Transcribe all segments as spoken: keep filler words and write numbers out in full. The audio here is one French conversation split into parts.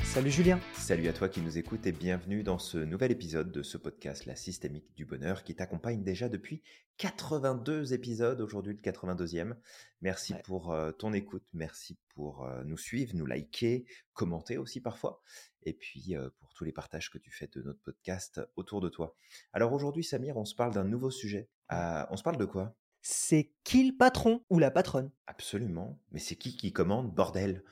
Salut Julien. Salut à toi qui nous écoutes et bienvenue dans ce nouvel épisode de ce podcast La Systémique du Bonheur qui t'accompagne déjà depuis quatre-vingt-deux épisodes, aujourd'hui le quatre-vingt-deuxième. Merci Ouais. pour euh, ton écoute, merci pour euh, nous suivre, nous liker, commenter aussi parfois, et puis euh, pour tous les partages que tu fais de notre podcast autour de toi. Alors aujourd'hui Samir, on se parle d'un nouveau sujet. Ouais. Euh, on se parle de quoi? C'est qui le patron ou la patronne? Absolument, mais c'est qui qui commande, bordel?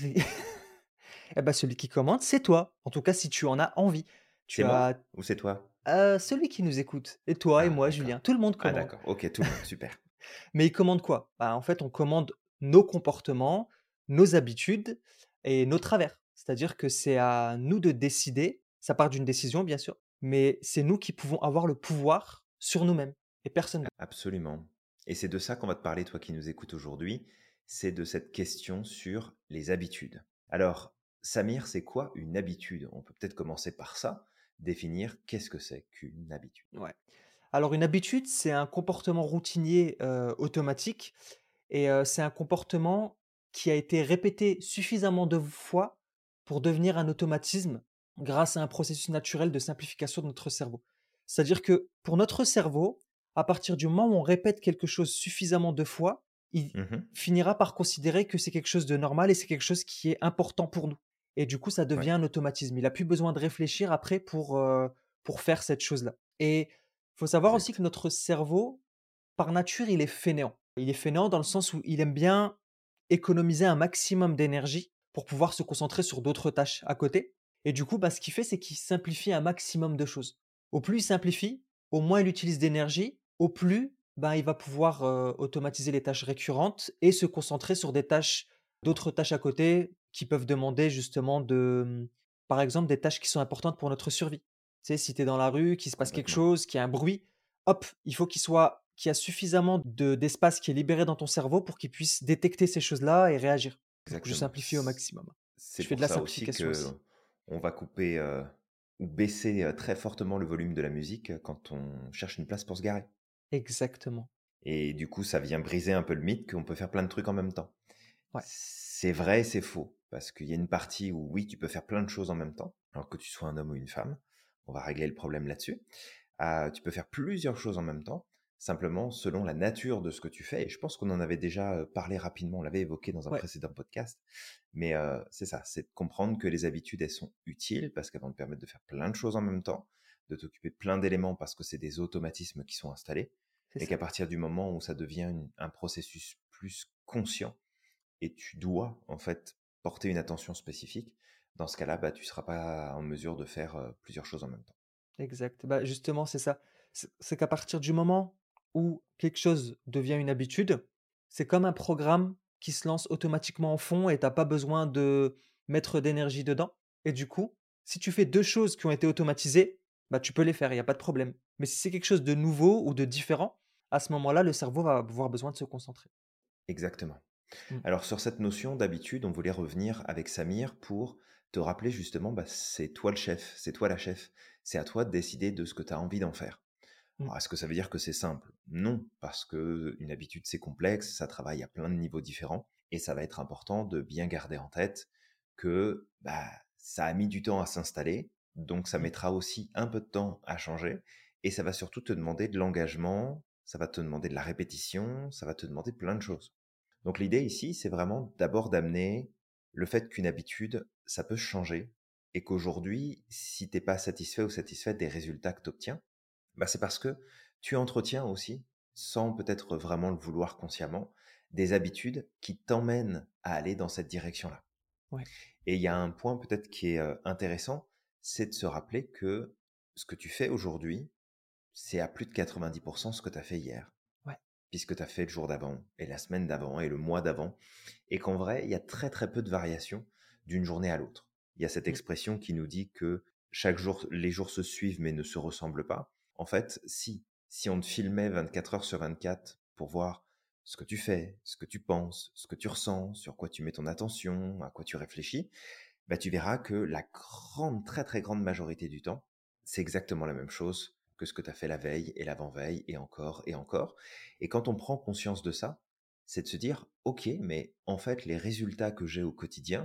Eh ben, celui qui commande, c'est toi. En tout cas, si tu en as envie. C'est Tu moi as ou c'est toi? euh, celui qui nous écoute. Et toi et Ah moi, d'accord. Julien. Tout le monde Ah commande. d'accord, ok, tout le monde, super. Mais il commande quoi? Bah, en fait, on commande nos comportements, nos habitudes et nos travers. C'est-à-dire que c'est à nous de décider. Ça part d'une décision, bien sûr, mais c'est nous qui pouvons avoir le pouvoir sur nous-mêmes et personne d'autre. Absolument. Et c'est de ça qu'on va te parler, toi qui nous écoutes aujourd'hui. C'est de cette question sur les habitudes. Alors, Samir, c'est quoi une habitude? On peut peut-être commencer par ça, définir qu'est-ce que c'est qu'une habitude. Ouais. Alors, une habitude, c'est un comportement routinier euh, automatique. Et heu, c'est un comportement qui a été répété suffisamment de fois pour devenir un automatisme grâce à un processus naturel de simplification de notre cerveau. C'est-à-dire que pour notre cerveau, à partir du moment où on répète quelque chose suffisamment de fois, il Mhm. finira par considérer que c'est quelque chose de normal et c'est quelque chose qui est important pour nous. Et du coup, ça Ouais, devient un automatisme. Il a plus besoin de réfléchir après pour, heu, pour faire cette chose-là. Et il faut savoir aussi que exact. notre cerveau, par nature, il est fainéant. Il est fainéant dans le sens où il aime bien économiser un maximum d'énergie pour pouvoir se concentrer sur d'autres tâches à côté. Et du coup, bah, ce qu'il fait, c'est qu'il simplifie un maximum de choses. Au plus il simplifie, au moins il utilise d'énergie, au plus bah, il va pouvoir euh, automatiser les tâches récurrentes et se concentrer sur des tâches, d'autres tâches à côté qui peuvent demander justement de, par exemple, des tâches qui sont importantes pour notre survie. Tu sais, si tu es dans la rue, qu'il se passe quelque Complètement. chose, qu'il y a un bruit, hop, il faut qu'il soit qu'il y a suffisamment de d'espace qui est libéré dans ton cerveau pour qu'il puisse détecter ces choses-là et réagir. Donc je Exactement. simplifie au C- maximum. C'est Je fais de pour la ça aussi simplification que aussi. on va couper euh, ou baisser euh, très fortement le volume de la musique quand on cherche une place pour se garer. Exactement. Et du coup, ça vient briser un peu le mythe qu'on peut faire plein de trucs en même temps. Ouais, C'est vrai et c'est faux, parce qu'il y a une partie où oui, tu peux faire plein de choses en même temps, alors que tu sois un homme ou une femme. On va régler le problème là-dessus. Euh, tu peux faire plusieurs choses en même temps, simplement selon la nature de ce que tu fais. Et je pense qu'on en avait déjà euh, parlé rapidement, on l'avait évoqué dans un ouais, précédent podcast. Mais euh, c'est ça, c'est de comprendre que les habitudes, elles sont utiles parce qu'elles vont te permettre de faire plein de choses en même temps, de t'occuper de plein d'éléments parce que c'est des automatismes qui sont installés, c'est mais qu'à ça. partir du moment où ça devient une- un processus plus conscient, et tu dois en fait porter une attention spécifique, dans ce cas-là, bah, tu ne seras pas en mesure de faire euh, plusieurs choses en même temps. Exact. Bah, justement, c'est ça. C'est c'est qu'à partir du moment où quelque chose devient une habitude, c'est comme un programme qui se lance automatiquement en fond et tu as pas besoin de mettre d'énergie dedans. Et du coup, si tu fais deux choses qui ont été automatisées, bah, tu peux les faire, il y a pas de problème. Mais si c'est quelque chose de nouveau ou de différent, à ce moment-là, le cerveau va avoir besoin de se concentrer. Exactement. Mmh. Alors sur cette notion d'habitude, on voulait revenir avec Samir pour te rappeler justement, bah, c'est toi le chef, c'est toi la chef, c'est à toi de décider de ce que tu as envie d'en faire. Mmh. Alors, est-ce que ça veut dire que c'est simple? Non, parce que une habitude c'est complexe, ça travaille à plein de niveaux différents, et ça va être important de bien garder en tête que bah, ça a mis du temps à s'installer, donc ça Mmh. mettra aussi un peu de temps à changer, et ça va surtout te demander de l'engagement, ça va te demander de la répétition, ça va te demander plein de choses. Donc l'idée ici, c'est vraiment d'abord d'amener le fait qu'une habitude, ça peut changer, et qu'aujourd'hui, si t'es pas satisfait ou satisfaite des résultats que tu obtiens, bah, c'est parce que tu entretiens aussi, sans peut-être vraiment le vouloir consciemment, des habitudes qui t'emmènent à aller dans cette direction-là. Ouais, Et il y a un point peut-être qui est euh, intéressant, c'est de se rappeler que ce que tu fais aujourd'hui, c'est à plus de quatre-vingt-dix pour cent ce que tu as fait hier, ouais. puisque tu as fait le jour d'avant, et la semaine d'avant, et le mois d'avant, et qu'en vrai, il y a très très peu de variations d'une journée à l'autre. Il y a cette Mmh. expression qui nous dit que chaque jour, les jours se suivent mais ne se ressemblent pas. En fait, si, si on te filmait vingt-quatre heures sur vingt-quatre pour voir ce que tu fais, ce que tu penses, ce que tu ressens, sur quoi tu mets ton attention, à quoi tu réfléchis, bah tu verras que la grande, très très grande majorité du temps, c'est exactement la même chose que ce que tu as fait la veille et l'avant-veille et encore et encore. Et quand on prend conscience de ça, c'est de se dire, ok, mais en fait, les résultats que j'ai au quotidien,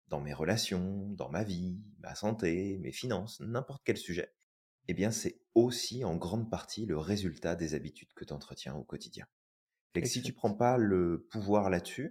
dans mes relations, dans ma vie, ma santé, mes finances, n'importe quel sujet, eh bien, c'est aussi en grande partie le résultat des habitudes que tu entretiens au quotidien. Fait que si tu prends exact. pas le pouvoir là-dessus,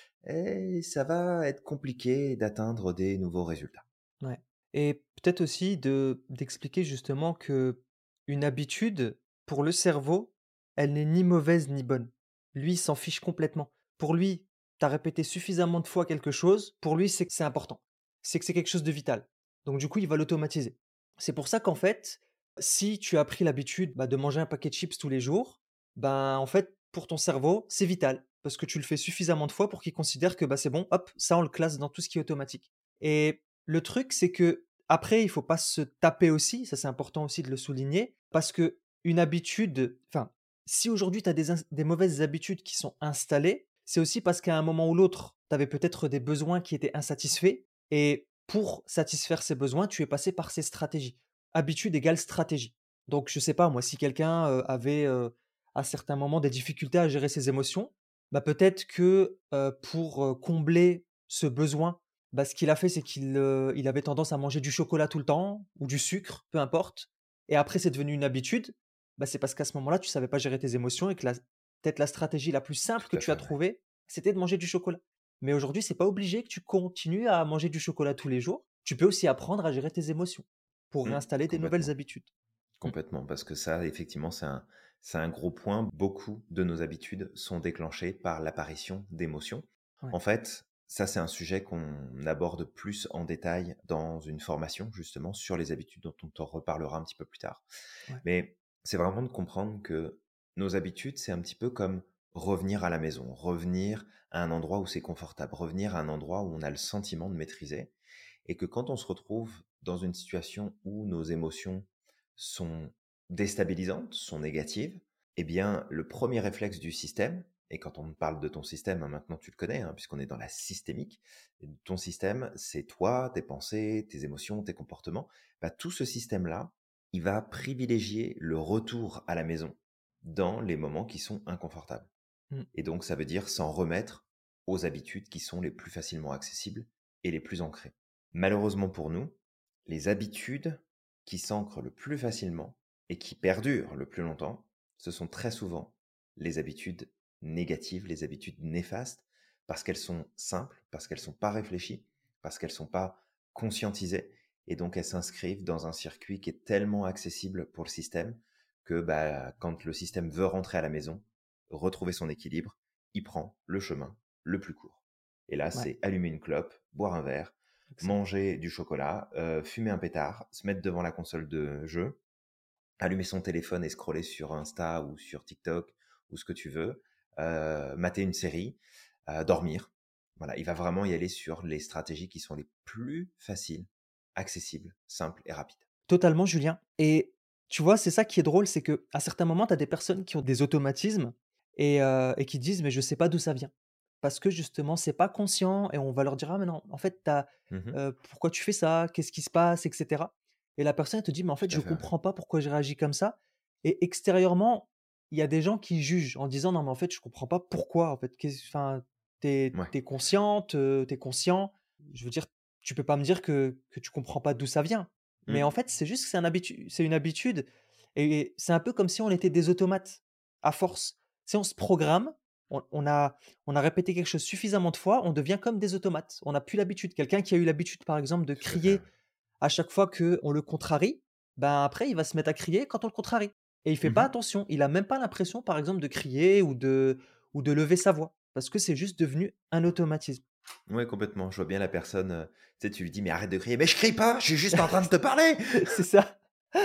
eh, ça va être compliqué d'atteindre des nouveaux résultats. Ouais, et peut-être aussi de d'expliquer justement que une habitude, pour le cerveau, elle n'est ni mauvaise ni bonne. Lui, il s'en fiche complètement. Pour lui, tu as répété suffisamment de fois quelque chose, pour lui, c'est que c'est important. C'est que c'est quelque chose de vital. Donc du coup, il va l'automatiser. C'est pour ça qu'en fait, si tu as pris l'habitude, bah, de manger un paquet de chips tous les jours, ben, en fait, pour ton cerveau, c'est vital parce que tu le fais suffisamment de fois pour qu'il considère que, bah, c'est bon, hop, ça, on le classe dans tout ce qui est automatique. Et le truc, c'est que après, il faut pas se taper aussi, ça c'est important aussi de le souligner, parce que une habitude, enfin, si aujourd'hui tu as des, ins- des mauvaises habitudes qui sont installées, c'est aussi parce qu'à un moment ou l'autre, tu avais peut-être des besoins qui étaient insatisfaits, et pour satisfaire ces besoins, tu es passé par ces stratégies. Habitude égale stratégie. Donc, je sais pas, moi, si quelqu'un euh, avait euh, à certains moments des difficultés à gérer ses émotions, bah peut-être que euh, pour euh, combler ce besoin, bah, ce qu'il a fait, c'est qu'il, heu, il avait tendance à manger du chocolat tout le temps ou du sucre, peu importe, et après c'est devenu une habitude. Bah, c'est parce qu'à ce moment-là, tu savais pas gérer tes émotions et que la peut-être la stratégie la plus simple que Tout à tu as fait, ouais. trouvée, c'était de manger du chocolat. Mais aujourd'hui, c'est pas obligé que tu continues à manger du chocolat tous les jours. Tu peux aussi apprendre à gérer tes émotions pour Mmh, réinstaller des nouvelles complètement. habitudes. Mmh, Complètement, parce que ça, effectivement, c'est un, c'est un gros point. Beaucoup de nos habitudes sont déclenchées par l'apparition d'émotions. ouais, En fait, ça, c'est un sujet qu'on aborde plus en détail dans une formation, justement, sur les habitudes dont on t'en reparlera un petit peu plus tard. ouais, Mais c'est vraiment de comprendre que nos habitudes, c'est un petit peu comme revenir à la maison, revenir à un endroit où c'est confortable, revenir à un endroit où on a le sentiment de maîtriser. Et que quand on se retrouve dans une situation où nos émotions sont déstabilisantes, sont négatives, eh bien, le premier réflexe du système, et quand on parle de ton système, hein, maintenant tu le connais, hein, puisqu'on est dans la systémique, et ton système, c'est toi, tes pensées, tes émotions, tes comportements. Bah, tout ce système-là, il va privilégier le retour à la maison dans les moments qui sont inconfortables. mmh, Et donc, ça veut dire s'en remettre aux habitudes qui sont les plus facilement accessibles et les plus ancrées. Malheureusement pour nous, les habitudes qui s'ancrent le plus facilement et qui perdurent le plus longtemps, ce sont très souvent les habitudes négatives, les habitudes néfastes, parce qu'elles sont simples, parce qu'elles ne sont pas réfléchies, parce qu'elles ne sont pas conscientisées, et donc elles s'inscrivent dans un circuit qui est tellement accessible pour le système que bah, quand le système veut rentrer à la maison, retrouver son équilibre, il prend le chemin le plus court. Et là, ouais, c'est allumer une clope, boire un verre, exact. manger du chocolat, euh, fumer un pétard, se mettre devant la console de jeu, allumer son téléphone et scroller sur Insta ou sur TikTok ou ce que tu veux, euh, mater une série, euh, dormir. Voilà, il va vraiment y aller sur les stratégies qui sont les plus faciles, accessibles, simples et rapides. Totalement, Julien. Et tu vois, c'est ça qui est drôle, c'est que à certains moments, tu as des personnes qui ont des automatismes et, heu, et qui disent: «Mais je sais pas d'où ça vient». Parce que justement, c'est pas conscient et on va leur dire: «Ah mais non, en fait, tu Mhm, heu, pourquoi tu fais ça? Qu'est-ce qui se passe?» et cetera. Et la personne, elle te dit: «Mais en fait, tout à je fait, ouais. comprends pas pourquoi je réagis comme ça». Et extérieurement, il y a des gens qui jugent en disant: «Non, mais en fait, je comprends pas pourquoi, en fait, qu'est-ce enfin, t'es Ouais. es consciente, heu, tu conscient. Je veux dire, tu peux pas me dire que que tu comprends pas d'où ça vient». Mais en Mm, fait, c'est juste que c'est un habitu c'est une habitude, et c'est un peu comme si on était des automates, à force. Si on se programme, on on a on a répété quelque chose suffisamment de fois, on devient comme des automates. On n'a plus l'habitude. Quelqu'un qui a eu l'habitude, par exemple, de tout à fait, crier à chaque fois qu'on le contrarie, ben, après, il va se mettre à crier quand on le contrarie et il fait ouais. pas Mhm. attention. Il a même pas l'impression, par exemple, de crier ou de ou de lever sa voix parce que c'est juste devenu un automatisme. Ouais, complètement. Je vois bien la personne, heu, tu sais, tu lui dis: «Mais arrête de crier!» «Mais je crie pas, je suis juste en train de te parler!» C'est ça.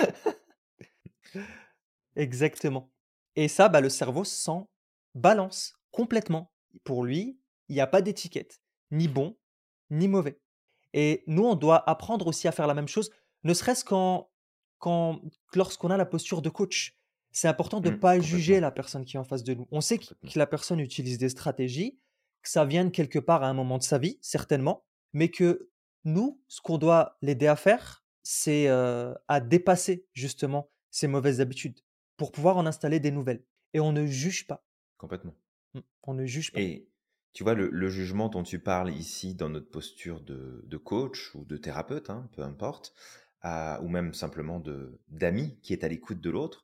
Exactement, et ça, bah, le cerveau s'en balance complètement. Pour lui, il y a pas d'étiquette, ni bon, ni mauvais, et nous, on doit apprendre aussi à faire la même chose, ne serait-ce qu'en quand lorsqu'on a la posture de coach. C'est important de ne Mmh, pas juger complètement, la personne qui est en face de nous. On sait q complètement. que la personne utilise des stratégies, que ça vient de quelque part à un moment de sa vie, certainement, mais que nous, ce qu'on doit l'aider à faire, c'est, heu, à dépasser justement ces mauvaises habitudes pour pouvoir en installer des nouvelles, et on ne juge pas. Complètement. Mmh, on ne juge pas. Et Tu vois, le le jugement dont tu parles ici dans notre posture de de coach ou de thérapeute, hein, peu importe, heu, ou même simplement de d'ami qui est à l'écoute de l'autre,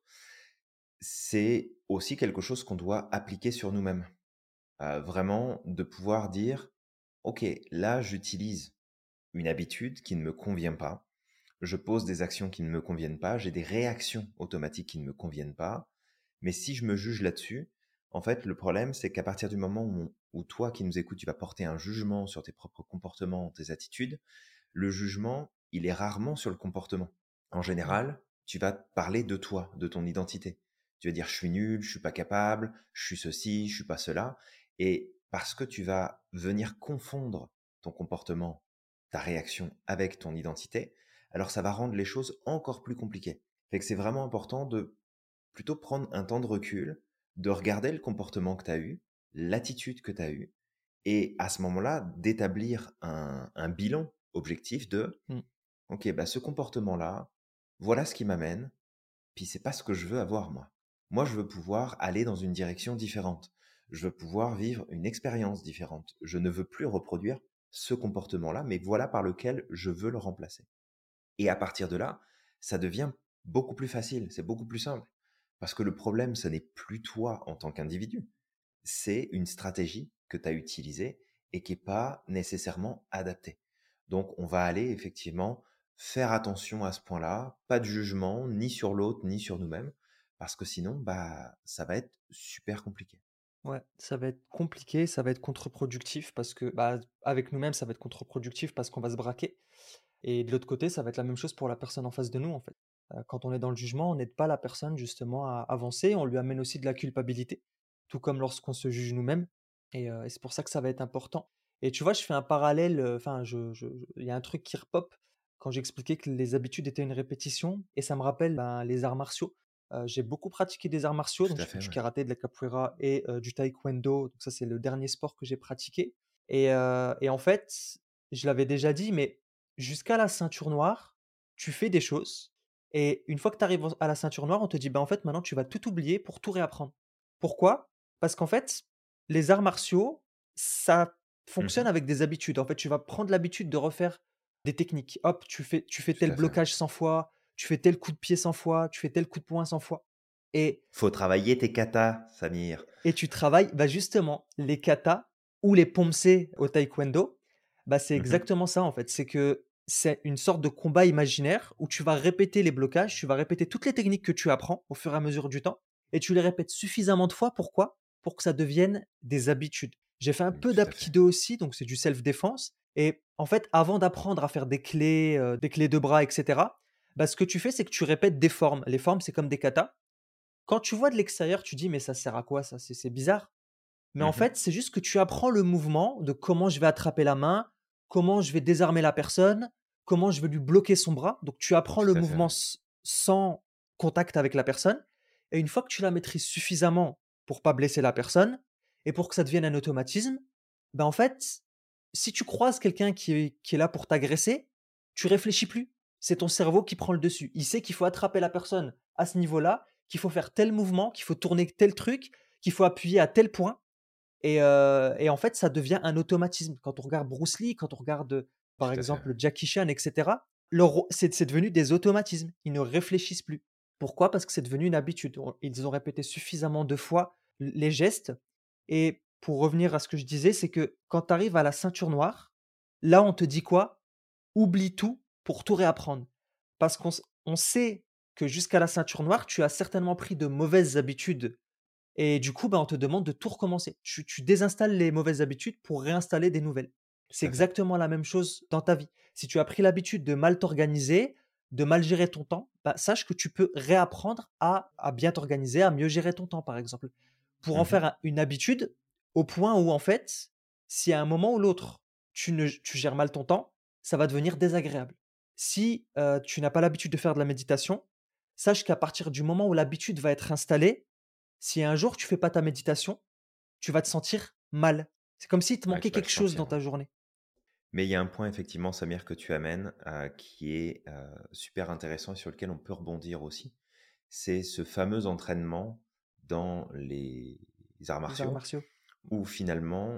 c'est aussi quelque chose qu'on doit appliquer sur nous-mêmes. Heu, vraiment de pouvoir dire: «OK, là j'utilise une habitude qui ne me convient pas. Je pose des actions qui ne me conviennent pas, j'ai des réactions automatiques qui ne me conviennent pas. Mais si je me juge là-dessus, en fait, le problème, c'est qu'à partir du moment où, où toi qui nous écoutes, tu vas porter un jugement sur tes propres comportements, tes attitudes, le jugement, il est rarement sur le comportement. En Mmh. général, tu vas parler de toi, de ton identité. Tu vas dire: «Je suis nul, je suis pas capable, je suis ceci, je suis pas cela», et parce que tu vas venir confondre ton comportement, ta réaction avec ton identité, alors ça va rendre les choses encore plus compliquées. Fait que c'est vraiment important de plutôt prendre un temps de recul, de regarder le comportement que tu as eu, l'attitude que tu as eue, et à ce moment-là, d'établir un, un bilan objectif de: Mmh. OK, bah ce comportement-là, voilà ce qui m'amène, puis c'est pas ce que je veux avoir moi. Moi, je veux pouvoir aller dans une direction différente. Je veux pouvoir vivre une expérience différente. Je ne veux plus reproduire ce comportement-là, mais voilà par lequel je veux le remplacer. Et à partir de là, ça devient beaucoup plus facile, c'est beaucoup plus simple. Parce que le problème, ce n'est plus toi en tant qu'individu, c'est une stratégie que tu as utilisée et qui n'est pas nécessairement adaptée. Donc, on va aller effectivement faire attention à ce point-là, pas de jugement, ni sur l'autre, ni sur nous-mêmes, parce que sinon, bah, ça va être super compliqué. Ouais, ça va être compliqué, ça va être contre-productif parce que, bah, avec nous-mêmes, ça va être contre-productif parce qu'on va se braquer et de l'autre côté, ça va être la même chose pour la personne en face de nous, en fait. Heu, quand on est dans le jugement, on n'aide pas la personne justement à avancer, on lui amène aussi de la culpabilité, tout comme lorsqu'on se juge nous-mêmes et heu et c'est pour ça que ça va être important et tu vois, je fais un parallèle, heu, enfin, je je je il y a un truc qui repop quand j'expliquais que les habitudes étaient une répétition et ça me rappelle, ben, les arts martiaux. Heu, j'ai beaucoup pratiqué des arts martiaux, donc Tout à j'ai fait fait, du ouais. karaté, de la capoeira et heu, du taekwondo, donc ça, c'est le dernier sport que j'ai pratiqué et heu et en fait, je l'avais déjà dit, mais jusqu'à la ceinture noire, tu fais des choses et une fois que tu arrives à la ceinture noire, on te dit: «Bah, en fait, maintenant, tu vas tout oublier pour tout réapprendre». Pourquoi? Parce qu'en fait, les arts martiaux, ça fonctionne Mhm. avec des habitudes. En fait, tu vas prendre l'habitude de refaire des techniques. Hop, tu fais tu fais Tout tel à fait, ouais. blocage cent fois, tu fais tel coup de pied cent fois, tu fais tel coup de poing cent fois et Faut travailler tes katas, Samir. et tu travailles, bah, justement, les katas ou les pomsé au taekwondo, bah, c'est Mhm. exactement ça, en fait. C'est que c'est une sorte de combat imaginaire où tu vas répéter les blocages, tu vas répéter toutes les techniques que tu apprends au fur et à mesure du temps et tu les répètes suffisamment de fois. Pourquoi? Pour que ça devienne des habitudes. J'ai fait un Mm, peu tout à fait. d'apkido aussi, donc c'est du self-défense et en fait, avant d'apprendre à faire des clés, heu, des clés de bras et cetera, bah, ce que tu fais, c'est que tu répètes des formes. Les formes, c'est comme des katas. Quand tu vois de l'extérieur, tu dis: «Mais ça sert à quoi ça? C'est c'est bizarre». Mais en Mhm. fait, c'est juste que tu apprends le mouvement de comment je vais attraper la main, comment je vais désarmer la personne, comment je vais lui bloquer son bras. Donc tu apprends le Tout à fait, mouvement ouais. s sans contact avec la personne et une fois que tu la maîtrises suffisamment pour pas blesser la personne et pour que ça devienne un automatisme, ben, en fait, si tu croises quelqu'un qui est qui est là pour t'agresser, tu réfléchis plus. C'est ton cerveau qui prend le dessus. Il sait qu'il faut attraper la personne à ce niveau-là, qu'il faut faire tel mouvement, qu'il faut tourner tel truc, qu'il faut appuyer à tel point et heu et en fait, ça devient un automatisme. Quand on regarde Bruce Lee, quand on regarde, heu, par Tout à fait, ouais. exemple, Jackie Chan et cetera, leur ro c'est c'est devenu des automatismes. Ils ne réfléchissent plus. Pourquoi? Parce que c'est devenu une habitude. On Ils ont répété suffisamment de fois l les gestes et pour revenir à ce que je disais, c'est que quand tu arrives à la ceinture noire, là, on te dit quoi? Oublie tout pour tout réapprendre. Parce qu'on s on sait que jusqu'à la ceinture noire, tu as certainement pris de mauvaises habitudes et du coup, bah, on te demande de tout recommencer. Tu tu désinstalles les mauvaises habitudes pour réinstaller des nouvelles. C'est Tout à fait. exactement la même chose dans ta vie. Si tu as pris l'habitude de mal t'organiser, de mal gérer ton temps, bah, sache que tu peux réapprendre à à bien t'organiser, à mieux gérer ton temps, par exemple. Pour en faire Mhm. un une habitude, au point où en fait, si à un moment ou l'autre, tu ne tu gères mal ton temps, ça va devenir désagréable. Si, heu, tu n'as pas l'habitude de faire de la méditation, sache qu'à partir du moment où l'habitude va être installée, si un jour tu fais pas ta méditation, tu vas te sentir mal. C'est comme s'il te Ouais, manquait tu vas le quelque chose sentir, dans ouais. ta journée. Mais il y a un point effectivement, Samir, que tu amènes, heu, qui est, heu, super intéressant et sur lequel on peut rebondir aussi. C'est ce fameux entraînement dans les arts Les arts martiaux martiaux. où finalement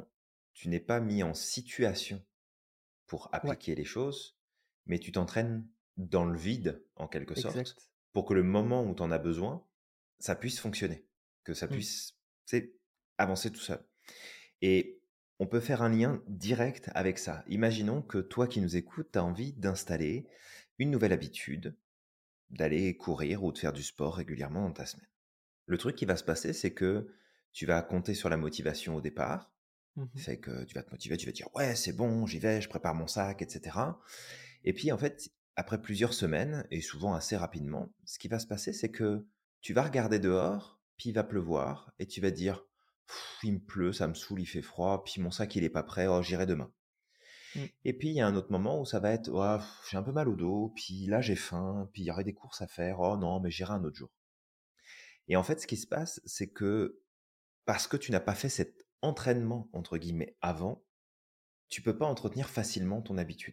tu n'es pas mis en situation pour Ouais, appliquer les choses, mais tu t'entraînes dans le vide, en quelque sorte, exact. pour que le moment où tu en as besoin, ça puisse fonctionner, que ça Mmh. puisse, tu sais, avancer tout seul. Et on peut faire un lien direct avec ça. Imaginons que toi qui nous écoutes, tu as envie d'installer une nouvelle habitude, d'aller courir ou de faire du sport régulièrement dans ta semaine. Le truc qui va se passer, c'est que tu vas compter sur la motivation au départ, Mmh. fait que tu vas te motiver, tu vas te dire: «Ouais, c'est bon, j'y vais, je prépare mon sac» et cetera. Et puis, en fait, après plusieurs semaines et souvent assez rapidement, ce qui va se passer, c'est que tu vas regarder dehors, puis il va pleuvoir et tu vas te dire: «Pff, il me pleut, ça me saoule, il fait froid, puis mon sac, il est pas prêt, oh, j'irai demain». Mmh. Et puis, il y a un autre moment où ça va être: «Ouah, pff, j'ai un peu mal au dos, puis là, j'ai faim, puis il y aurait des courses à faire, oh non, mais j'irai un autre jour». Et en fait, ce qui se passe, c'est que parce que tu n'as pas fait cet «entraînement» entre guillemets avant, tu peux pas entretenir facilement ton habitude.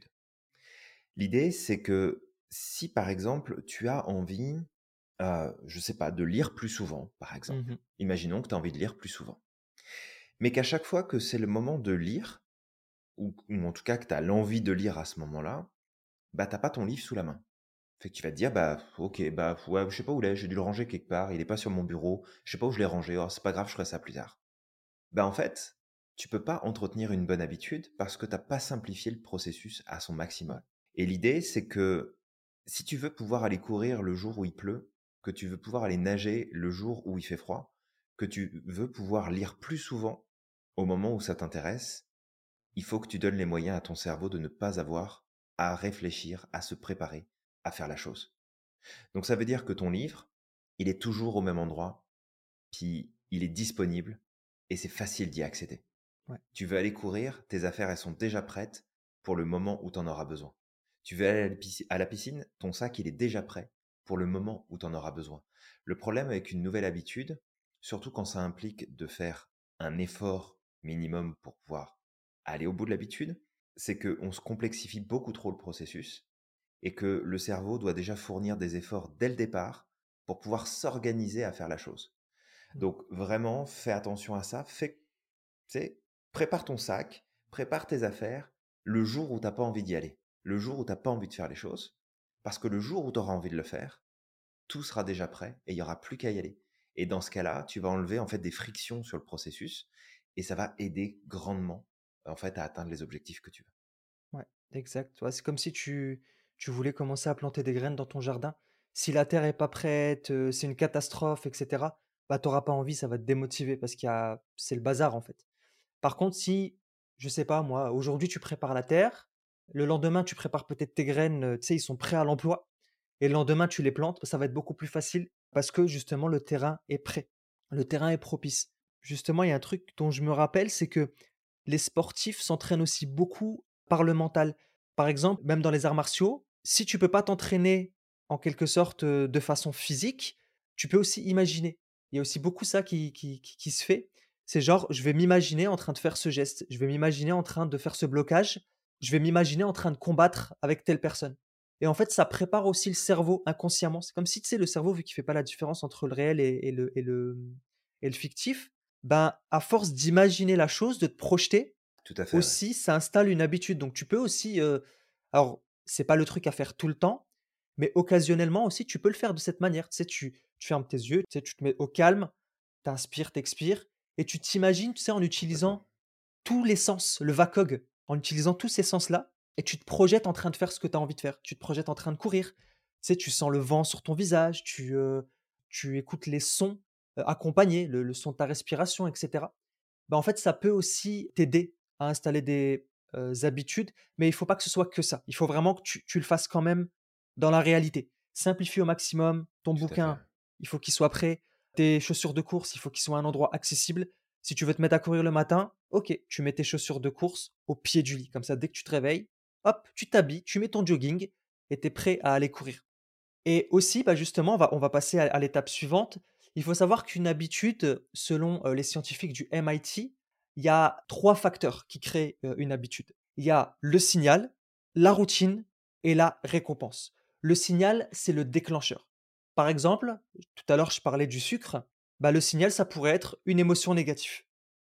L'idée, c'est que si par exemple tu as envie, heu, je sais pas, de lire plus souvent, par exemple. Mmh. Imaginons que tu as envie de lire plus souvent. Mais qu'à chaque fois que c'est le moment de lire, ou ou en tout cas que tu as l'envie de lire à ce moment-là, bah, tu pas ton livre sous la main. Fait que tu vas te dire: «Bah, OK, bah, ouais, je sais pas où il est, j'ai dû le ranger quelque part, il est pas sur mon bureau, je sais pas où je l'ai rangé, oh, c'est pas grave, je ferai ça plus tard». Bah, en fait, tu peux pas entretenir une bonne habitude parce que tu as pas simplifié le processus à son maximum. Ouais. Et l'idée, c'est que si tu veux pouvoir aller courir le jour où il pleut, que tu veux pouvoir aller nager le jour où il fait froid, que tu veux pouvoir lire plus souvent au moment où ça t'intéresse, il faut que tu donnes les moyens à ton cerveau de ne pas avoir à réfléchir, à se préparer, à faire la chose. Donc ça veut dire que ton livre, il est toujours au même endroit, puis il est disponible et c'est facile d'y accéder. Ouais. Tu veux aller courir, tes affaires, elles sont déjà prêtes pour le moment où tu en auras besoin. Tu veux aller à la pisci- à la piscine, ton sac, il est déjà prêt pour le moment où tu en auras besoin. Le problème avec une nouvelle habitude, surtout quand ça implique de faire un effort minimum pour pouvoir aller au bout de l'habitude, c'est qu'on se complexifie beaucoup trop le processus et que le cerveau doit déjà fournir des efforts dès le départ pour pouvoir s'organiser à faire la chose. Mmh. Donc vraiment, fais attention à ça. Fais, tu sais, prépare ton sac, prépare tes affaires le jour où tu as pas envie d'y aller, le jour où tu as pas envie de faire les choses, parce que le jour où tu auras envie de le faire, tout sera déjà prêt et il y aura plus qu'à y aller. Et dans ce cas-là, tu vas enlever en fait des frictions sur le processus et ça va aider grandement en fait à atteindre les objectifs que tu veux. Ouais, exact. Ouais, c'est comme si tu tu voulais commencer à planter des graines dans ton jardin. Si la terre est pas prête, heu, c'est une catastrophe et cetera, bah, tu auras pas envie, ça va te démotiver parce qu'il y a c'est le bazar, en fait. Par contre, si, je sais pas moi, aujourd'hui tu prépares la terre, le lendemain tu prépares peut-être tes graines, heu, tu sais, ils sont prêts à l'emploi et le lendemain tu les plantes, ça va être beaucoup plus facile parce que justement le terrain est prêt. Le terrain est propice. Justement, il y a un truc dont je me rappelle, c'est que les sportifs s'entraînent aussi beaucoup par le mental. Par exemple, même dans les arts martiaux, si tu peux pas t'entraîner en quelque sorte, heu, de façon physique, tu peux aussi imaginer. Il y a aussi beaucoup ça qui qui qui qui se fait. C'est genre, je vais m'imaginer en train de faire ce geste, je vais m'imaginer en train de faire ce blocage, je vais m'imaginer en train de combattre avec telle personne et en fait, ça prépare aussi le cerveau inconsciemment. C'est comme si, tu sais, le cerveau, vu qu'il fait pas la différence entre le réel et et le et le, mmh et le fictif, ben, à force d'imaginer la chose, de te projeter, Tout à fait, ouais. aussi, ça installe une habitude. Donc tu peux aussi, heu, alors c'est pas le truc à faire tout le temps, mais occasionnellement aussi, tu peux le faire de cette manière. Tu sais, tu tu fermes tes yeux, tu sais, tu te mets au calme, tu inspires, tu expires et tu t'imagines, tu sais, en Complètement. utilisant tous les sens, le V A C O G, en utilisant tous ces sens-là et tu te projettes en train de faire ce que tu as envie de faire. Tu te projettes en train de courir. Tu sais, tu sens le vent sur ton visage, tu, heu, tu écoutes les sons, heu, accompagnés, le le son de ta respiration et cetera. Bah, en fait, ça peut aussi t'aider à installer des, heu, habitudes, mais il faut pas que ce soit que ça. Il faut vraiment que tu tu le fasses quand même dans la réalité. Simplifie au maximum, ton Tout à fait. bouquin, il faut qu'il soit prêt, tes chaussures de course, il faut qu'ils soient à un endroit accessible. Si tu veux te mettre à courir le matin, OK, tu mets tes chaussures de course au pied du lit. Comme ça, dès que tu te réveilles, hop, tu t'habilles, tu mets ton jogging et tu es prêt à aller courir. Et aussi, bah, justement, on va on va passer à à l'étape suivante. Il faut savoir qu'une habitude, selon, heu, les scientifiques du M I T, il y a trois facteurs qui créent, heu, une habitude. Il y a le signal, la routine et la récompense. Le signal, c'est le déclencheur. Par exemple, tout à l'heure, je parlais du sucre, bah, le signal, ça pourrait être une émotion négative.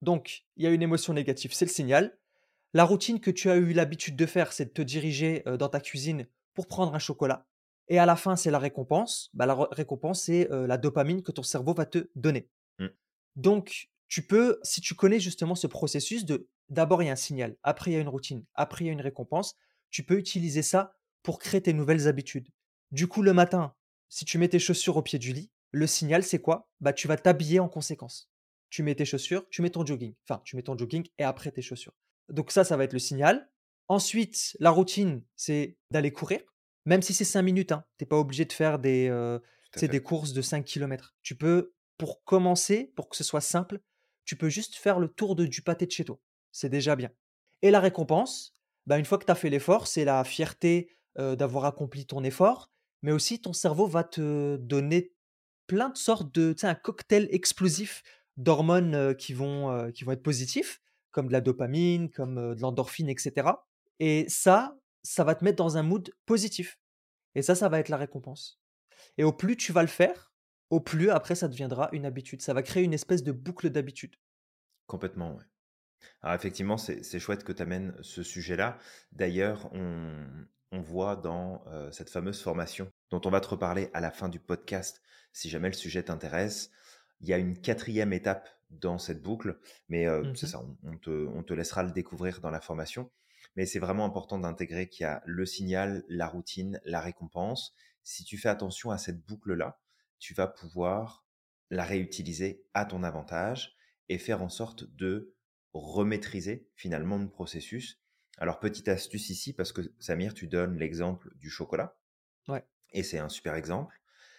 Donc, il y a une émotion négative, c'est le signal. La routine que tu as eu l'habitude de faire, c'est de te diriger, heu, dans ta cuisine pour prendre un chocolat et à la fin, c'est la récompense. Bah, la re récompense, c'est, heu, la dopamine que ton cerveau va te donner. Mmh. Donc, tu peux, si tu connais justement ce processus de d'abord il y a un signal, après il y a une routine, après il y a une récompense, tu peux utiliser ça pour créer tes nouvelles habitudes. Du coup, le matin, si tu mets tes chaussures au pied du lit, le signal c'est quoi? Bah, tu vas t'habiller en conséquence. Tu mets tes chaussures, tu mets ton jogging, enfin, tu mets ton jogging et après tes chaussures. Donc ça, ça va être le signal. Ensuite, la routine, c'est d'aller courir, même si c'est cinq minutes, hein. Tu es pas obligé de faire des, heu, Tout tu à sais, des fait. courses de cinq kilomètres. Tu peux, pour commencer, pour que ce soit simple, tu peux juste faire le tour de du pâté de chez toi. C'est déjà bien. Et la récompense, bah, une fois que tu as fait l'effort, c'est la fierté, heu, d'avoir accompli ton effort, mais aussi ton cerveau va te donner plein de sortes de, tu sais, un cocktail explosif d'hormones, heu, qui vont, heu, qui vont être positifs, comme de la dopamine, comme, heu, de l'endorphine et cetera et ça, ça va te mettre dans un mood positif et ça, ça va être la récompense et au plus tu vas le faire, au plus après ça deviendra une habitude. Ça va créer une espèce de boucle d'habitude. Complètement, ouais. Alors effectivement, c'est c'est chouette que tu amènes ce sujet-là. D'ailleurs, on on voit dans, heu, cette fameuse formation dont on va te reparler à la fin du podcast, si jamais le sujet t'intéresse. Il y a une quatrième étape dans cette boucle, mais, heu, c'est Mmh. ça, on on te on te laissera le découvrir dans la formation. Mais c'est vraiment important d'intégrer qu'il y a le signal, la routine, la récompense. Si tu fais attention à cette boucle-là, tu vas pouvoir la réutiliser à ton avantage et faire en sorte de remaîtriser finalement le processus. Alors, petite astuce ici, parce que Samir, tu donnes l'exemple du chocolat, Ouais, et c'est un super exemple.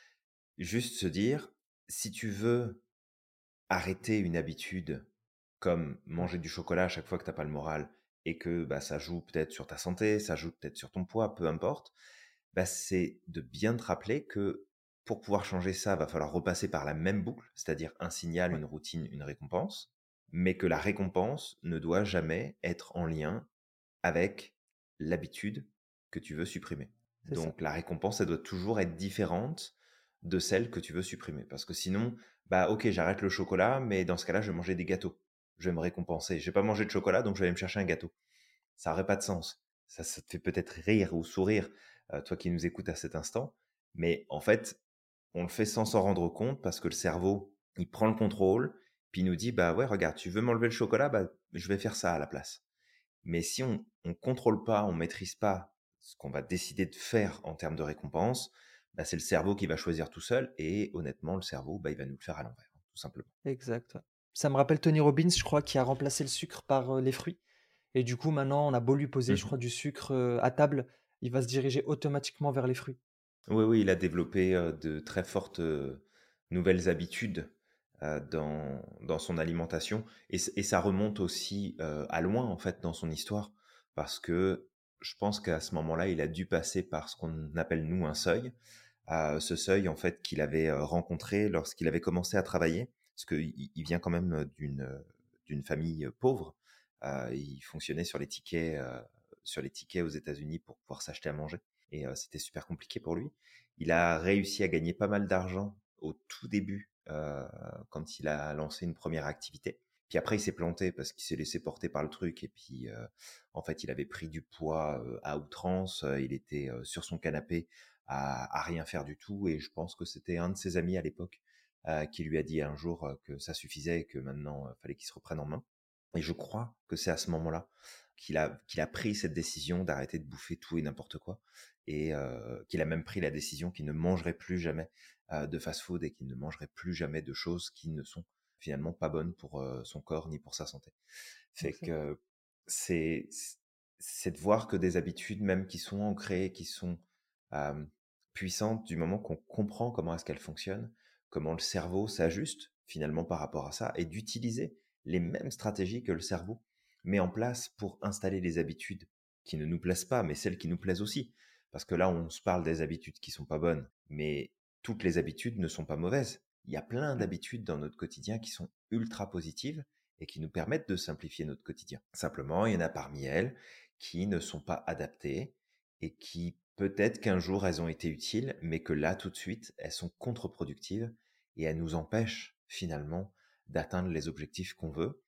Juste se dire, si tu veux arrêter une habitude comme ouais, manger du chocolat à chaque fois que tu n'as pas le moral et que bah, ça joue peut-être sur ta santé, ça joue peut-être sur ton poids, peu importe, bah, c'est de bien te rappeler que pour pouvoir changer ça, va falloir repasser par la même boucle, c'est-à-dire un signal, ouais, une routine, une récompense, mais que la récompense ne doit jamais être en lien avec l'habitude que tu veux supprimer. c'est ça. Donc la récompense, elle doit toujours être différente de celle que tu veux supprimer. Parce que sinon, bah ok, j'arrête le chocolat, mais dans ce cas-là, je vais manger des gâteaux. Je vais me récompenser. Je vais pas manger de chocolat, donc je vais aller me chercher un gâteau. Ça n'aurait pas de sens. Ça, ça te fait peut-être rire ou sourire, euh, toi qui nous écoutes à cet instant. Mais en fait, on le fait sans s'en rendre compte parce que le cerveau, il prend le contrôle, puis il nous dit, bah ouais, regarde, tu veux m'enlever le chocolat, bah je vais faire ça à la place. Mais si on ne contrôle pas, on maîtrise pas ce qu'on va décider de faire en termes de récompense, bah, c'est le cerveau qui va choisir tout seul et honnêtement, le cerveau, bah, il va nous le faire à l'envers, tout simplement. Exact, ouais. Ça me rappelle Tony Robbins, je crois, qui a remplacé le sucre par, heu, les fruits et du coup, maintenant, on a beau lui poser, je Mmh. crois, du sucre, heu, à table, il va se diriger automatiquement vers les fruits. Oui, oui, il a développé, heu, de très fortes, heu, nouvelles habitudes, heu, dans dans son alimentation et ç et ça remonte aussi, heu, à loin, en fait, dans son histoire. Parce que je pense qu'à ce moment-là, il a dû passer par ce qu'on appelle, nous, un seuil. Heu, ce seuil, en fait, qu'il avait, heu, rencontré lorsqu'il avait commencé à travailler. Parce qu'il il vient quand même, d'une, heu, d'une famille, pauvre. Heu, il fonctionnait sur les tickets, heu, sur les tickets aux États-Unis pour pouvoir s'acheter à manger et heu, c'était super compliqué pour lui. Il a réussi à gagner pas mal d'argent au tout début, heu, quand il a lancé une première activité. Puis après, il s'est planté parce qu'il s'est laissé porter par le truc et puis, heu, en fait, il avait pris du poids, heu, à outrance, heu, il était, heu, sur son canapé à à rien faire du tout et je pense que c'était un de ses amis à l'époque, heu, qui lui a dit un jour, heu, que ça suffisait et que maintenant, heu, fallait qu'il se reprenne en main et je crois que c'est à ce moment-là qu'il a qu'il a pris cette décision d'arrêter de bouffer tout et n'importe quoi et heu, qu'il a même pris la décision qu'il ne mangerait plus jamais, heu, de fast-food et qu'il ne mangerait plus jamais de choses qui ne sont finalement pas bonnes pour, heu, son corps ni pour sa santé. Fait Exact. que c'est c'est de voir que des habitudes même qui sont ancrées, qui sont, hem, puissantes du moment qu'on comprend comment est-ce qu'elles fonctionnent, comment le cerveau s'ajuste finalement par rapport à ça et d'utiliser les mêmes stratégies que le cerveau met en place pour installer les habitudes qui ne nous plaisent pas, mais celles qui nous plaisent aussi. Parce que là, on se parle des habitudes qui sont pas bonnes, mais toutes les habitudes ne sont pas mauvaises. Il y a plein Ouais, d'habitudes dans notre quotidien qui sont ultra positives et qui nous permettent de simplifier notre quotidien. Simplement, il y en a parmi elles qui ne sont pas adaptées et qui peut-être qu'un jour elles ont été utiles, mais que là tout de suite elles sont contre-productives et elles nous empêchent finalement d'atteindre les objectifs qu'on veut.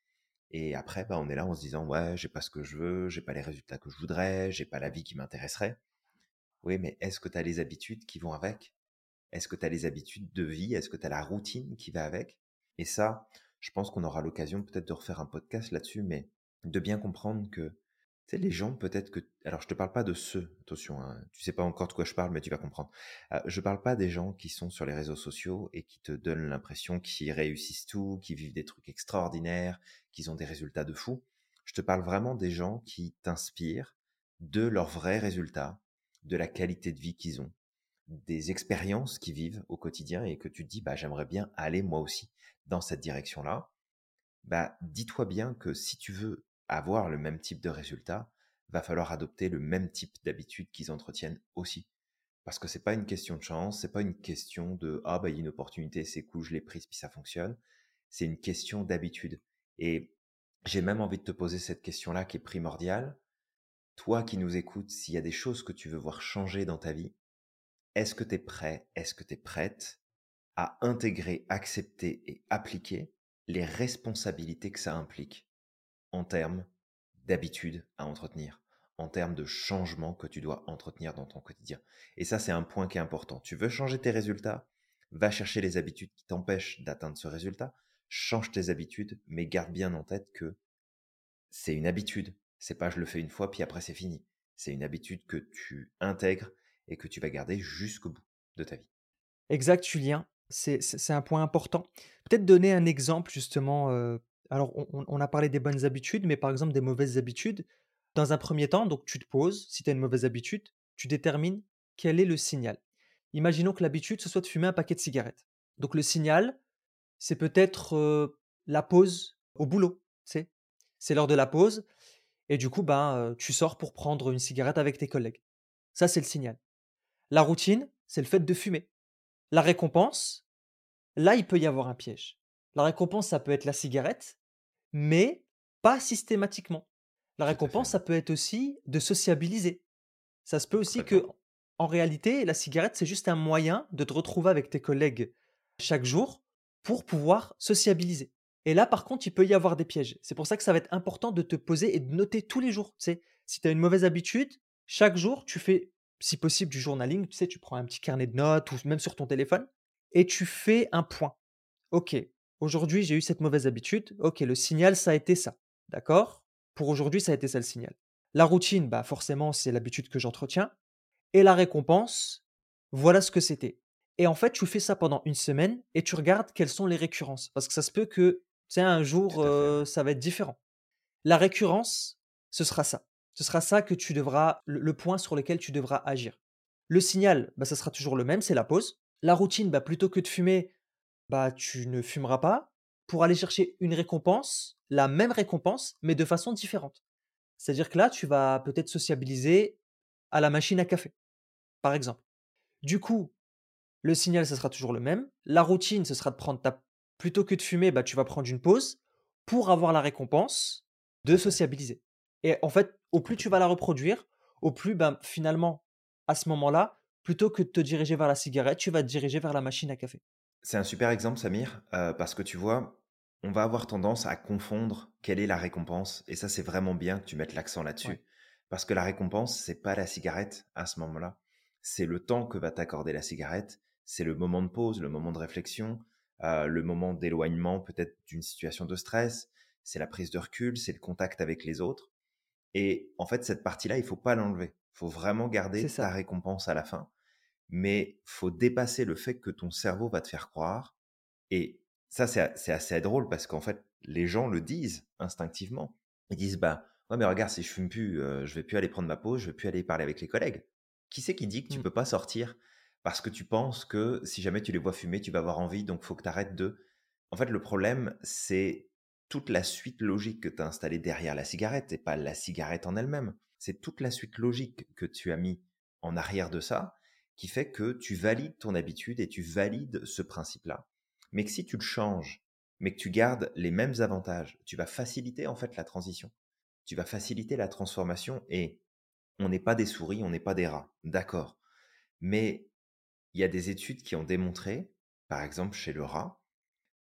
Et après, bah, on est là en se disant: «Ouais, j'ai pas ce que je veux, j'ai pas les résultats que je voudrais, j'ai pas la vie qui m'intéresserait». Oui, mais est-ce que tu as les habitudes qui vont avec? Est-ce que tu as les habitudes de vie? Est-ce que tu as la routine qui va avec? Et ça, je pense qu'on aura l'occasion peut-être de refaire un podcast là-dessus, mais de bien comprendre que, tu sais, les gens peut-être que alors je te parle pas de ceux, attention, hein, tu sais pas encore de quoi je parle, mais tu vas comprendre. Heu, je parle pas des gens qui sont sur les réseaux sociaux et qui te donnent l'impression qu'ils réussissent tout, qu'ils vivent des trucs extraordinaires, qu'ils ont des résultats de fou. Je te parle vraiment des gens qui t'inspirent de leurs vrais résultats, de la qualité de vie qu'ils ont, des expériences qu'ils vivent au quotidien et que tu te dis: «Bah, j'aimerais bien aller moi aussi dans cette direction-là». Bah, dis-toi bien que si tu veux avoir le même type de résultat, va falloir adopter le même type d'habitude qu'ils entretiennent aussi. Parce que c'est pas une question de chance, c'est pas une question de: «Ah, bah, il y a une opportunité, c'est cool, je l'ai prise puis ça fonctionne». C'est une question d'habitude et j'ai même envie de te poser cette question-là qui est primordiale. Toi qui nous écoutes, s'il y a des choses que tu veux voir changer dans ta vie, est-ce que tu es prêt, est-ce que tu es prête à intégrer, accepter et appliquer les responsabilités que ça implique en termes d'habitudes à entretenir, en termes de changements que tu dois entretenir dans ton quotidien. Et ça, c'est un point qui est important. Tu veux changer tes résultats, va chercher les habitudes qui t'empêchent d'atteindre ce résultat, change tes habitudes, mais garde bien en tête que c'est une habitude. C'est pas je le fais une fois puis après c'est fini. C'est une habitude que tu intègres et que tu vas garder jusqu'au bout de ta vie. Exact, Julien, c'est c'est c'est un point important. Peut-être donner un exemple justement, heu, alors on on on a parlé des bonnes habitudes, mais par exemple des mauvaises habitudes. Dans un premier temps, donc tu te poses, si tu as une mauvaise habitude, tu détermines quel est le signal. Imaginons que l'habitude, ce soit de fumer un paquet de cigarettes. Donc le signal, c'est peut-être, heu, la pause au boulot, tu sais? C'est l'heure de la pause et du coup, ben, heu, tu sors pour prendre une cigarette avec tes collègues. Ça, c'est le signal. La routine, c'est le fait de fumer. La récompense, là, il peut y avoir un piège. La récompense, ça peut être la cigarette, mais pas systématiquement. La Tout à fait, récompense, ça peut être aussi de sociabiliser. Ça se peut aussi que, complètement. en réalité, la cigarette, c'est juste un moyen de te retrouver avec tes collègues chaque jour pour pouvoir sociabiliser. Et là, par contre, il peut y avoir des pièges. C'est pour ça que ça va être important de te poser et de noter tous les jours. Tu sais, si tu as une mauvaise habitude, chaque jour, tu fais, si possible, du journaling. Tu sais, tu prends un petit carnet de notes ou même sur ton téléphone et tu fais un point. OK, aujourd'hui, j'ai eu cette mauvaise habitude. OK, le signal, ça a été ça. D'accord? Pour aujourd'hui, ça a été ça le signal. La routine, bah, forcément, c'est l'habitude que j'entretiens et la récompense, voilà ce que c'était. Et en fait, tu fais ça pendant une semaine et tu regardes quelles sont les récurrences. Parce que ça se peut que, tu sais, un jour, Tout à fait, heu, ouais. ça va être différent. La récurrence, ce sera ça. Ce sera ça que tu devras le le point sur lequel tu devras agir. Le signal, bah, ça sera toujours le même, c'est la pause. La routine, bah, plutôt que de fumer, bah, tu ne fumeras pas pour aller chercher une récompense, la même récompense, mais de façon différente. C'est-à-dire que là, tu vas peut-être sociabiliser à la machine à café, par exemple. Du coup, le signal, ça sera toujours le même. La routine, ce sera de prendre ta plutôt que de fumer, bah, tu vas prendre une pause pour avoir la récompense Tout de à fait, sociabiliser. Et en fait, au plus tu vas complètement. la reproduire, au plus, ben, finalement, à ce moment-là, plutôt que de te diriger vers la cigarette, tu vas te diriger vers la machine à café. C'est un super exemple, Samir, heu, parce que tu vois, on va avoir tendance à confondre quelle est la récompense et ça, c'est vraiment bien que tu mettes l'accent Ouais, là-dessus. Parce que la récompense, c'est pas la cigarette à ce moment-là. C'est le temps que va t'accorder la cigarette, c'est le moment de pause, le moment de réflexion, heu, le moment d'éloignement peut-être d'une situation de stress, c'est la prise de recul, c'est le contact avec les autres et en fait, cette partie-là, il faut pas l'enlever. Il faut vraiment c'est garder ta ça. récompense à la fin, mais faut dépasser le fait que ton cerveau va te faire croire et ça, c'est a c'est assez drôle parce qu'en fait, les gens le disent instinctivement. Ils disent: «Bah, ouais, mais regarde, si je fume plus, heu, je vais plus aller prendre ma pause, je vais plus aller parler avec les collègues». Qui c'est qui dit que tu Mmh, peux pas sortir parce que tu penses que si jamais tu les vois fumer, tu vas avoir envie, donc faut que tu arrêtes de en fait, le problème, c'est toute la suite logique que tu as installée derrière la cigarette et pas la cigarette en elle-même. C'est toute la suite logique que tu as mis en arrière de ça qui fait que tu valides ton habitude et tu valides ce principe-là. Mais que si tu le changes, mais que tu gardes les mêmes avantages, tu vas faciliter en fait la transition. Tu vas faciliter la transformation et on n'est pas des souris, on n'est pas des rats, d'accord. Mais il y a des études qui ont démontré, par exemple chez le rat,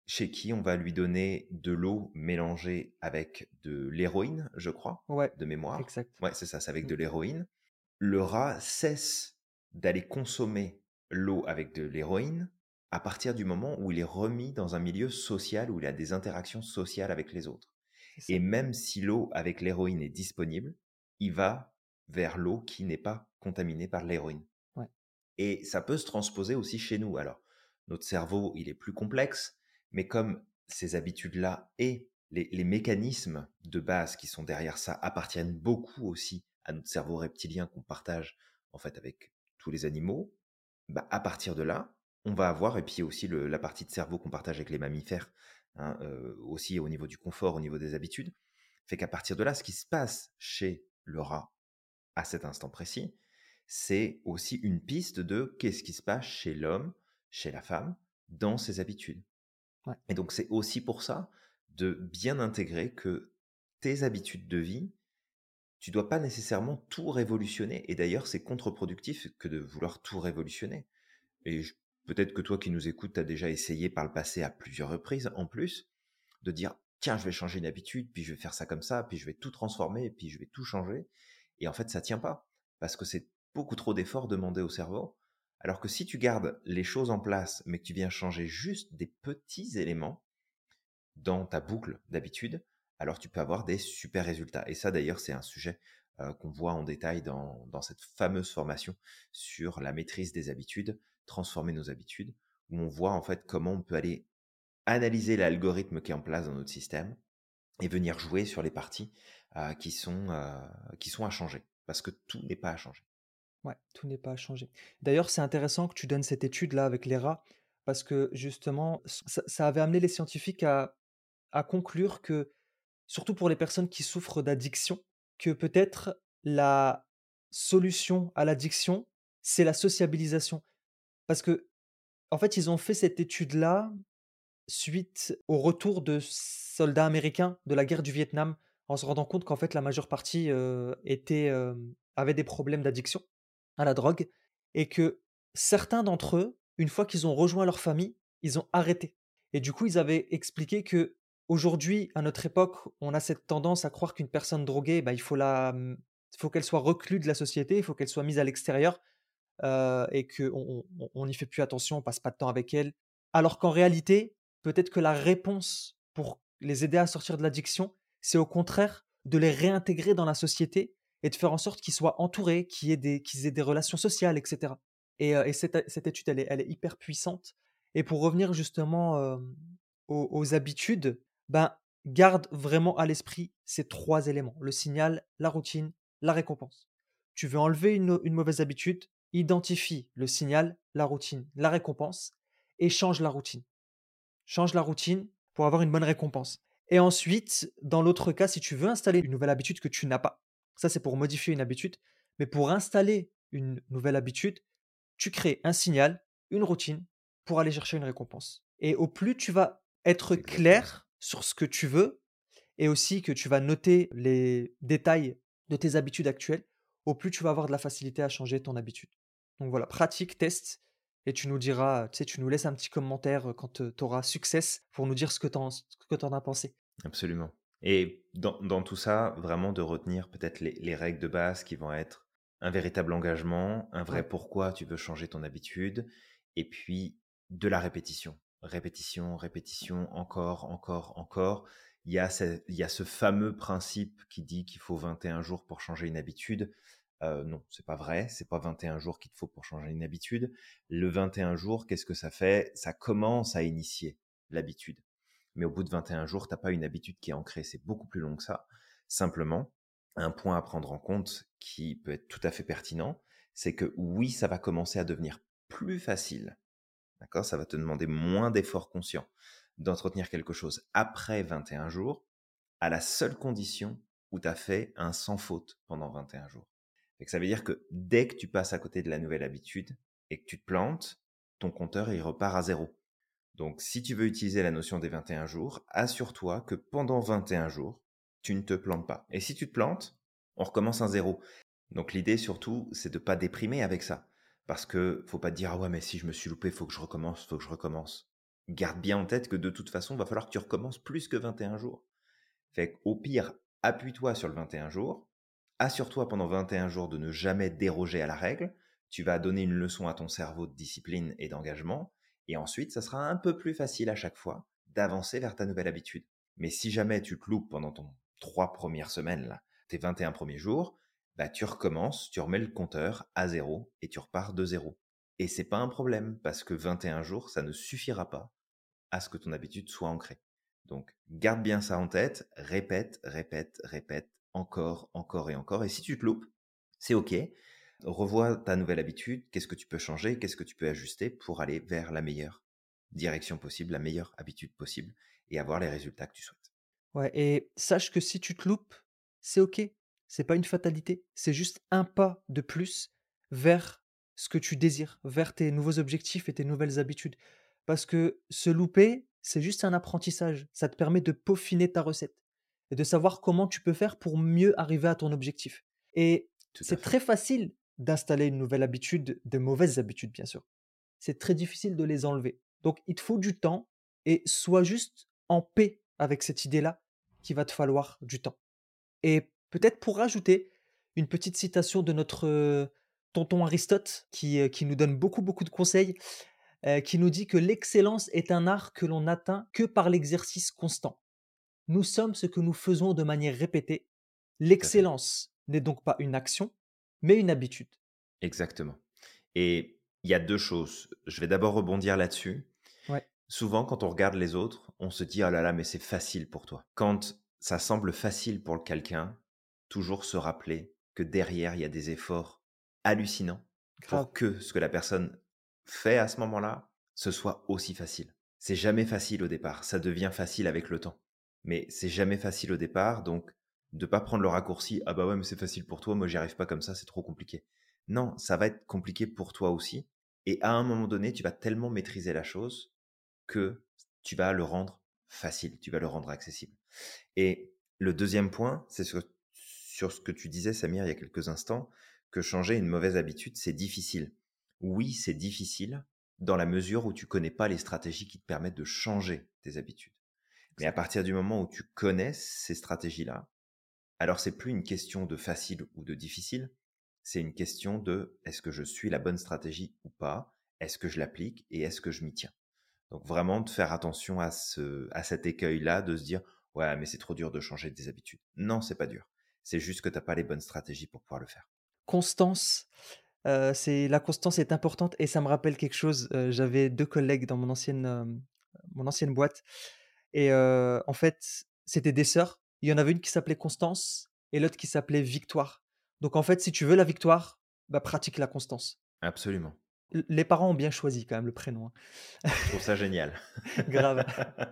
chez qui on va lui donner de l'eau mélangée avec de l'héroïne, je crois, Ouais, de mémoire. exact. Ouais, c'est ça, c'est avec Mmh. de l'héroïne. Le rat cesse d'aller consommer l'eau avec de l'héroïne à partir du moment où il est remis dans un milieu social, où il a des interactions sociales avec les autres. C'est Et ça. même si l'eau avec l'héroïne est disponible, il va vers l'eau qui n'est pas contaminée par l'héroïne. Ouais, Et ça peut se transposer aussi chez nous. Alors, notre cerveau, il est plus complexe, mais comme ces habitudes-là et les, les mécanismes de base qui sont derrière ça appartiennent beaucoup aussi à notre cerveau reptilien qu'on partage en fait avec tous les animaux, bah, à partir de là, on va avoir, et puis aussi le- la partie de cerveau qu'on partage avec les mammifères, hein, euh, aussi au niveau du confort, au niveau des habitudes, fait qu'à partir de là, ce qui se passe chez le rat à cet instant précis, c'est aussi une piste de qu'est-ce qui se passe chez l'homme, chez la femme, dans ses habitudes. ouais, Et donc c'est aussi pour ça de bien intégrer que tes habitudes de vie, tu dois pas nécessairement tout révolutionner. Et d'ailleurs, c'est contre-productif que de vouloir tout révolutionner. Et je- peut-être que toi qui nous écoutes, tu as déjà essayé par le passé à plusieurs reprises en plus de dire tiens, je vais changer une habitude, puis je vais faire ça comme ça, puis je vais tout transformer, puis je vais tout changer. Et en fait, ça tient pas parce que c'est beaucoup trop d'efforts demandés au cerveau. Alors que si tu gardes les choses en place, mais que tu viens changer juste des petits éléments dans ta boucle d'habitude, alors tu peux avoir des super résultats. Et ça, d'ailleurs, c'est un sujet euh, qu'on voit en détail dans, dans cette fameuse formation sur la maîtrise des habitudes, transformer nos habitudes, où on voit en fait comment on peut aller analyser l'algorithme qui est en place dans notre système et venir jouer sur les parties euh, qui, sont, euh, qui sont à changer. Parce que tout n'est pas à changer. ouais, tout n'est pas à changer. D'ailleurs, c'est intéressant que tu donnes cette étude-là avec les rats, parce que justement, s- ça, ça avait amené les scientifiques à, à conclure que, surtout pour les personnes qui souffrent d'addiction, que peut-être la solution à l'addiction, c'est la sociabilisation. Parce que, en fait, ils ont fait cette étude-là suite au retour de soldats américains de la guerre du Vietnam, en se rendant compte qu'en fait la majeure partie, heu, étaient, hem, avaient des problèmes d'addiction à la drogue et que certains d'entre eux, une fois qu'ils ont rejoint leur famille, ils ont arrêté et du coup, ils avaient expliqué que aujourd'hui, à notre époque, on a cette tendance à croire qu'une personne droguée, bah, il faut la, mmh, il faut qu'elle soit reclue de la société, il faut qu'elle soit mise à l'extérieur heu et qu'on on on n'y fait plus attention, on passe pas de temps avec elles. Alors qu'en réalité, peut-être que la réponse pour les aider à sortir de l'addiction, c'est au contraire de les réintégrer dans la société et de faire en sorte qu'ils soient entourés, qu'ils aient des qu'ils aient des relations sociales et cetera et heu et cette cette étude, elle est elle est hyper puissante et pour revenir justement, hem, aux aux habitudes, ben, garde vraiment à l'esprit ces trois éléments: le signal, la routine, la récompense. Tu veux enlever une une mauvaise habitude, identifie le signal, la routine, la récompense et change la routine. Change la routine pour avoir une bonne récompense. Et ensuite, dans l'autre cas, si tu veux installer une nouvelle habitude que tu n'as pas, ça c'est pour modifier une habitude, mais pour installer une nouvelle habitude, tu crées un signal, une routine pour aller chercher une récompense. Et au plus tu vas être C'est exactement ça. clair sur ce que tu veux et aussi que tu vas noter les détails de tes habitudes actuelles, au plus tu vas avoir de la facilité à changer ton habitude. Donc voilà, pratique, teste et tu nous diras, tu sais, tu nous laisses un petit commentaire, heu, quand, tu auras success pour nous dire ce que tu ce que tu en as pensé. Absolument. Et dans, dans tout ça, vraiment de retenir peut-être les, les règles de base qui vont être un véritable engagement, un vrai Ouais, pourquoi tu veux changer ton habitude, et puis de la répétition. Répétition, répétition, encore, encore, encore. Il y a ce, il y a ce fameux principe qui dit qu'il faut vingt et un jours pour changer une habitude. Euh, non, c'est pas vrai. C'est pas vingt et un jours qu'il te faut pour changer une habitude. Le vingt et un jours, qu'est-ce que ça fait? Ça commence à initier l'habitude. Mais au bout de vingt et un jours, tu n'as pas une habitude qui est ancrée. C'est beaucoup plus long que ça. Simplement, un point à prendre en compte qui peut être tout à fait pertinent, c'est que oui, ça va commencer à devenir plus facile. D'accord? Ça va te demander moins d'efforts conscients d'entretenir quelque chose après vingt et un jours, à la seule condition où tu as fait un sans faute pendant vingt et un jours. Et que ça veut dire que dès que tu passes à côté de la nouvelle habitude et que tu te plantes, ton compteur il repart à zéro. Donc, si tu veux utiliser la notion des vingt et un jours, assure-toi que pendant vingt et un jours, tu ne te plantes pas. Et si tu te plantes, on recommence à zéro. Donc, l'idée surtout, c'est de ne pas déprimer avec ça. Parce que faut pas te dire, ah ouais, mais si je me suis loupé, faut que je recommence, faut que je recommence. garde bien en tête que de toute façon, il va falloir que tu recommences plus que vingt et un jours. Fait qu'au pire, appuie-toi sur le vingt et un jours, assure-toi pendant vingt et un jours de ne jamais déroger à la règle, tu vas donner une leçon à ton cerveau de discipline et d'engagement, et ensuite, ça sera un peu plus facile à chaque fois d'avancer vers ta nouvelle habitude. Mais si jamais tu te loupes pendant ton trois premières semaines, là, tes vingt et un premiers jours, bah tu recommences, tu remets le compteur à zéro et tu repars de zéro. Et c'est pas un problème parce que vingt et un jours, ça ne suffira pas à ce que ton habitude soit ancrée. Donc, garde bien ça en tête, répète, répète, répète, encore, encore et encore. Et si tu te loupes, c'est OK. Revois ta nouvelle habitude, qu'est-ce que tu peux changer, qu'est-ce que tu peux ajuster pour aller vers la meilleure direction possible, la meilleure habitude possible et avoir les résultats que tu souhaites. Ouais, et sache que si tu te loupes, c'est OK. C'est pas une fatalité. C'est juste un pas de plus vers ce que tu désires, vers tes nouveaux objectifs et tes nouvelles habitudes. Parce que se louper, c'est juste un apprentissage. Ça te permet de peaufiner ta recette et de savoir comment tu peux faire pour mieux arriver à ton objectif. Et Tout à c'est fait. très facile d'installer une nouvelle habitude, de mauvaises habitudes, bien sûr. C'est très difficile de les enlever. Donc il te faut du temps et sois juste en paix avec cette idée-là qu'il va te falloir du temps. Et peut-être pour rajouter une petite citation de notre, heu, tonton Aristote qui, heu, qui nous donne beaucoup, beaucoup de conseils, heu, qui nous dit que l'excellence est un art que l'on n'atteint que par l'exercice constant. Nous sommes ce que nous faisons de manière répétée. Tout à fait. L'excellence n'est donc pas une action, mais une habitude. Exactement. Et il y a deux choses. Je vais d'abord rebondir là-dessus. Ouais, Souvent, quand on regarde les autres, on se dit: «Oh là là, mais c'est facile pour toi». Quand ça semble facile pour quelqu'un, toujours se rappeler que derrière, il y a des efforts hallucinants grave. pour que ce que la personne fait à ce moment-là, ce soit aussi facile. C'est jamais facile au départ, ça devient facile avec le temps. Mais c'est jamais facile au départ, donc de pas prendre le raccourci: «Ah bah ouais, mais c'est facile pour toi, moi j'y arrive pas comme ça, c'est trop compliqué». Non, ça va être compliqué pour toi aussi et à un moment donné, tu vas tellement maîtriser la chose que tu vas le rendre facile, tu vas le rendre accessible. Et le deuxième point, c'est sur, sur ce que tu disais, Samir, il y a quelques instants, que changer une mauvaise habitude, c'est difficile. Oui, c'est difficile dans la mesure où tu connais pas les stratégies qui te permettent de changer tes habitudes. Mais à Exact. partir du moment où tu connais ces stratégies-là, alors c'est plus une question de facile ou de difficile, c'est une question de est-ce que je suis la bonne stratégie ou pas, est-ce que je l'applique et est-ce que je m'y tiens. Donc vraiment de faire attention à ce à cet écueil-là, de se dire: «Ouais, mais c'est trop dur de changer des habitudes». Non, c'est pas dur. C'est juste que tu as pas les bonnes stratégies pour pouvoir le faire. Constance, heu, c'est la constance est importante et ça me rappelle quelque chose, heu, j'avais deux collègues dans mon ancienne, hem, mon ancienne boîte et heu, en fait, c'était des sœurs. Il y en avait une qui s'appelait Constance et l'autre qui s'appelait Victoire. Donc en fait, si tu veux la victoire, bah, pratique la constance. Absolument. L les parents ont bien choisi quand même le prénom, hein. Je trouve ça génial. Grave.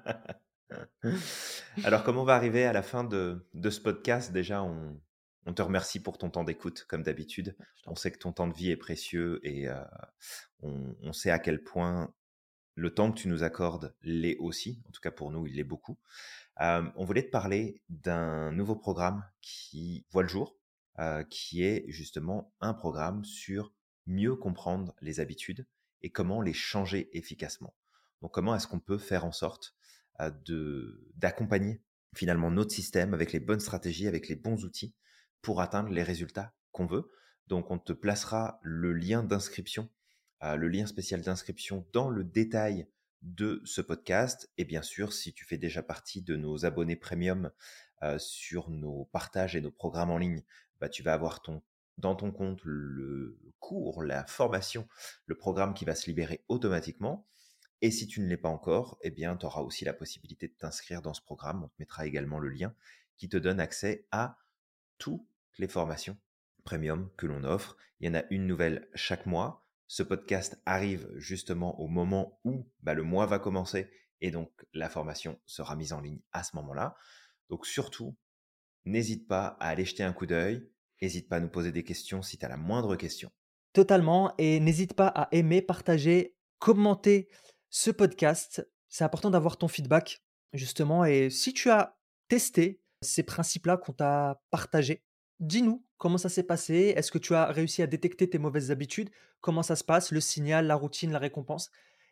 Alors comme on va arriver à la fin de de ce podcast, déjà on on te remercie pour ton temps d'écoute comme d'habitude. Je t'en On prie. sait que ton temps de vie est précieux et heu, on on sait à quel point le temps que tu nous accordes l'est aussi. En tout cas pour nous, il l'est beaucoup. Hem, on voulait te parler d'un nouveau programme qui voit le jour, heu, qui est justement un programme sur mieux comprendre les habitudes et comment les changer efficacement. Donc comment est-ce qu'on peut faire en sorte, heu, de d'accompagner finalement notre système avec les bonnes stratégies, avec les bons outils pour atteindre les résultats qu'on veut. Donc on te placera le lien d'inscription, heu, le lien spécial d'inscription dans le détail de ce podcast. Et bien sûr, si tu fais déjà partie de nos abonnés premium euh, sur nos partages et nos programmes en ligne, bah, tu vas avoir ton, dans ton compte le cours, la formation, le programme qui va se libérer automatiquement. Et si tu ne l'es pas encore, eh bien, tu auras aussi la possibilité de t'inscrire dans ce programme. On te mettra également le lien qui te donne accès à toutes les formations premium que l'on offre. Il y en a une nouvelle chaque mois. Ce podcast arrive justement au moment où bah, le mois va commencer et donc la formation sera mise en ligne à ce moment-là. Donc surtout, n'hésite pas à aller jeter un coup d'œil. N'hésite pas à nous poser des questions si tu as la moindre question. Totalement et n'hésite pas à aimer, partager, commenter ce podcast. C'est important d'avoir ton feedback justement et si tu as testé ces principes-là qu'on t'a partagés, dis-nous comment ça s'est passé. Est-ce que tu as réussi à détecter tes mauvaises habitudes? Comment ça se passe? Le signal, la routine, la récompense?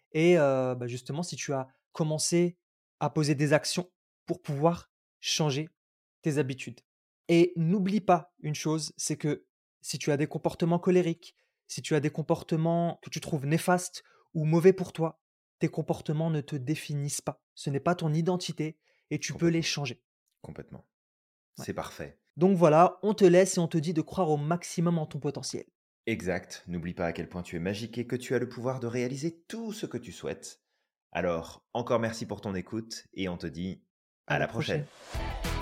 et heu, bah, justement si tu as commencé à poser des actions pour pouvoir changer tes habitudes. Et n'oublie pas une chose, c'est que si tu as des comportements colériques, si tu as des comportements que tu trouves néfastes ou mauvais pour toi, tes comportements ne te définissent pas. Ce n'est pas ton identité et tu peux les Complètement, changer. complètement. Ouais. C'est parfait. Donc voilà, on te laisse et on te dit de croire au maximum en ton potentiel. Exact. N'oublie pas à quel point tu es magique et que tu as le pouvoir de réaliser tout ce que tu souhaites. Alors, encore merci pour ton écoute et on te dit À à la la prochaine. prochaine.